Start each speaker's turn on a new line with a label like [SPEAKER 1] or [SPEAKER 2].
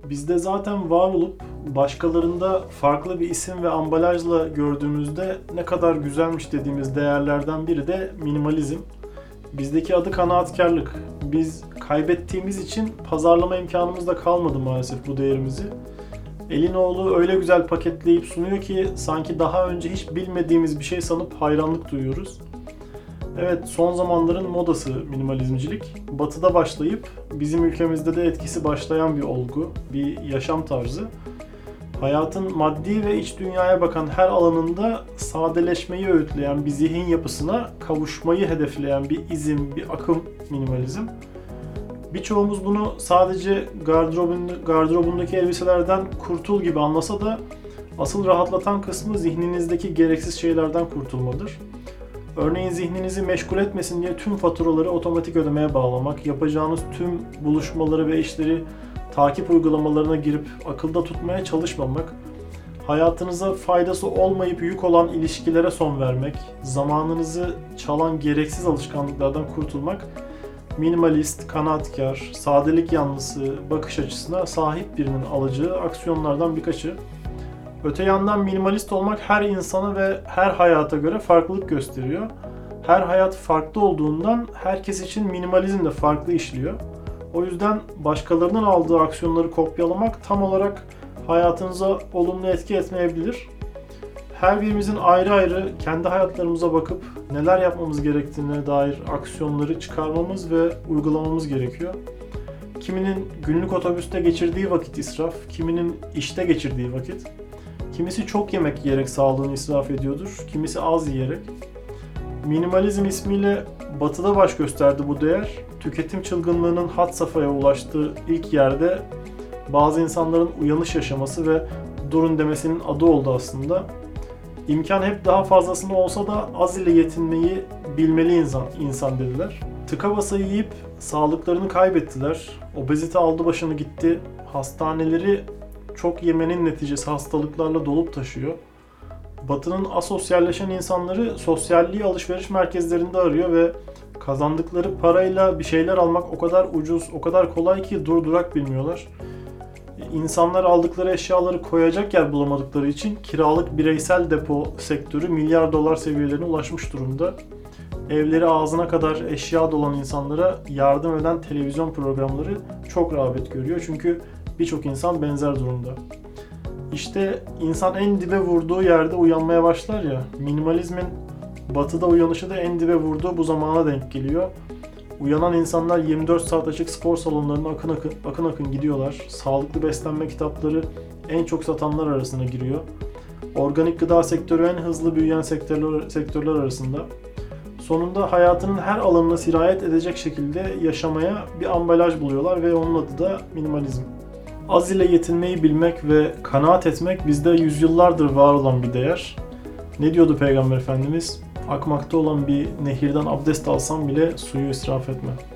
[SPEAKER 1] Bizde zaten var olup başkalarında farklı bir isim ve ambalajla gördüğümüzde ne kadar güzelmiş dediğimiz değerlerden biri de minimalizm. Bizdeki adı kanaatkarlık. Biz kaybettiğimiz için pazarlama imkanımız da kalmadı maalesef bu değerimizi. Elinoğlu öyle güzel paketleyip sunuyor ki sanki daha önce hiç bilmediğimiz bir şey sanıp hayranlık duyuyoruz. Evet, son zamanların modası minimalizmcilik. Batı'da başlayıp bizim ülkemizde de etkisi başlayan bir olgu, bir yaşam tarzı. Hayatın maddi ve iç dünyaya bakan her alanında sadeleşmeyi öğütleyen bir zihin yapısına kavuşmayı hedefleyen bir izim, bir akım minimalizm. Birçoğumuz bunu sadece gardırobundaki elbiselerden kurtul gibi anlasa da asıl rahatlatan kısmı zihninizdeki gereksiz şeylerden kurtulmadır. Örneğin zihninizi meşgul etmesin diye tüm faturaları otomatik ödemeye bağlamak, yapacağınız tüm buluşmaları ve işleri takip uygulamalarına girip akılda tutmaya çalışmamak, hayatınıza faydası olmayıp yük olan ilişkilere son vermek, zamanınızı çalan gereksiz alışkanlıklardan kurtulmak, minimalist, kanaatkar, sadelik yanlısı bakış açısına sahip birinin alacağı aksiyonlardan birkaçı. Öte yandan minimalist olmak her insana ve her hayata göre farklılık gösteriyor. Her hayat farklı olduğundan herkes için minimalizm de farklı işliyor. O yüzden başkalarının aldığı aksiyonları kopyalamak tam olarak hayatınıza olumlu etki etmeyebilir. Her birimizin ayrı ayrı kendi hayatlarımıza bakıp neler yapmamız gerektiğine dair aksiyonları çıkarmamız ve uygulamamız gerekiyor. Kiminin günlük otobüste geçirdiği vakit israf, kiminin işte geçirdiği vakit. Kimisi çok yemek yiyerek sağlığını israf ediyordur, kimisi az yiyerek. Minimalizm ismiyle Batı'da baş gösterdi bu değer. Tüketim çılgınlığının had safhaya ulaştığı ilk yerde bazı insanların uyanış yaşaması ve durun demesinin adı oldu aslında. İmkan hep daha fazlasını olsa da az ile yetinmeyi bilmeli insan dediler. Tıka basa yiyip sağlıklarını kaybettiler. Obezite aldı başını gitti. Hastaneleri çok yemenin neticesi hastalıklarla dolup taşıyor. Batı'nın asosyalleşen insanları sosyalliği alışveriş merkezlerinde arıyor ve kazandıkları parayla bir şeyler almak o kadar ucuz, o kadar kolay ki durdurak bilmiyorlar. İnsanlar aldıkları eşyaları koyacak yer bulamadıkları için kiralık bireysel depo sektörü milyar dolar seviyelerine ulaşmış durumda. Evleri ağzına kadar eşya dolan insanlara yardım eden televizyon programları çok rağbet görüyor çünkü birçok insan benzer durumda. İşte insan en dibe vurduğu yerde uyanmaya başlar ya, minimalizmin Batı'da uyanışı da en dibe vurduğu bu zamana denk geliyor. Uyanan insanlar 24 saat açık spor salonlarına akın akın gidiyorlar. Sağlıklı beslenme kitapları en çok satanlar arasına giriyor. Organik gıda sektörü en hızlı büyüyen sektörler arasında. Sonunda hayatının her alanına sirayet edecek şekilde yaşamaya bir ambalaj buluyorlar ve onun adı da minimalizm. Az ile yetinmeyi bilmek ve kanaat etmek bizde yüzyıllardır var olan bir değer. Ne diyordu Peygamber Efendimiz? Akmakta olan bir nehirden abdest alsam bile suyu israf etme.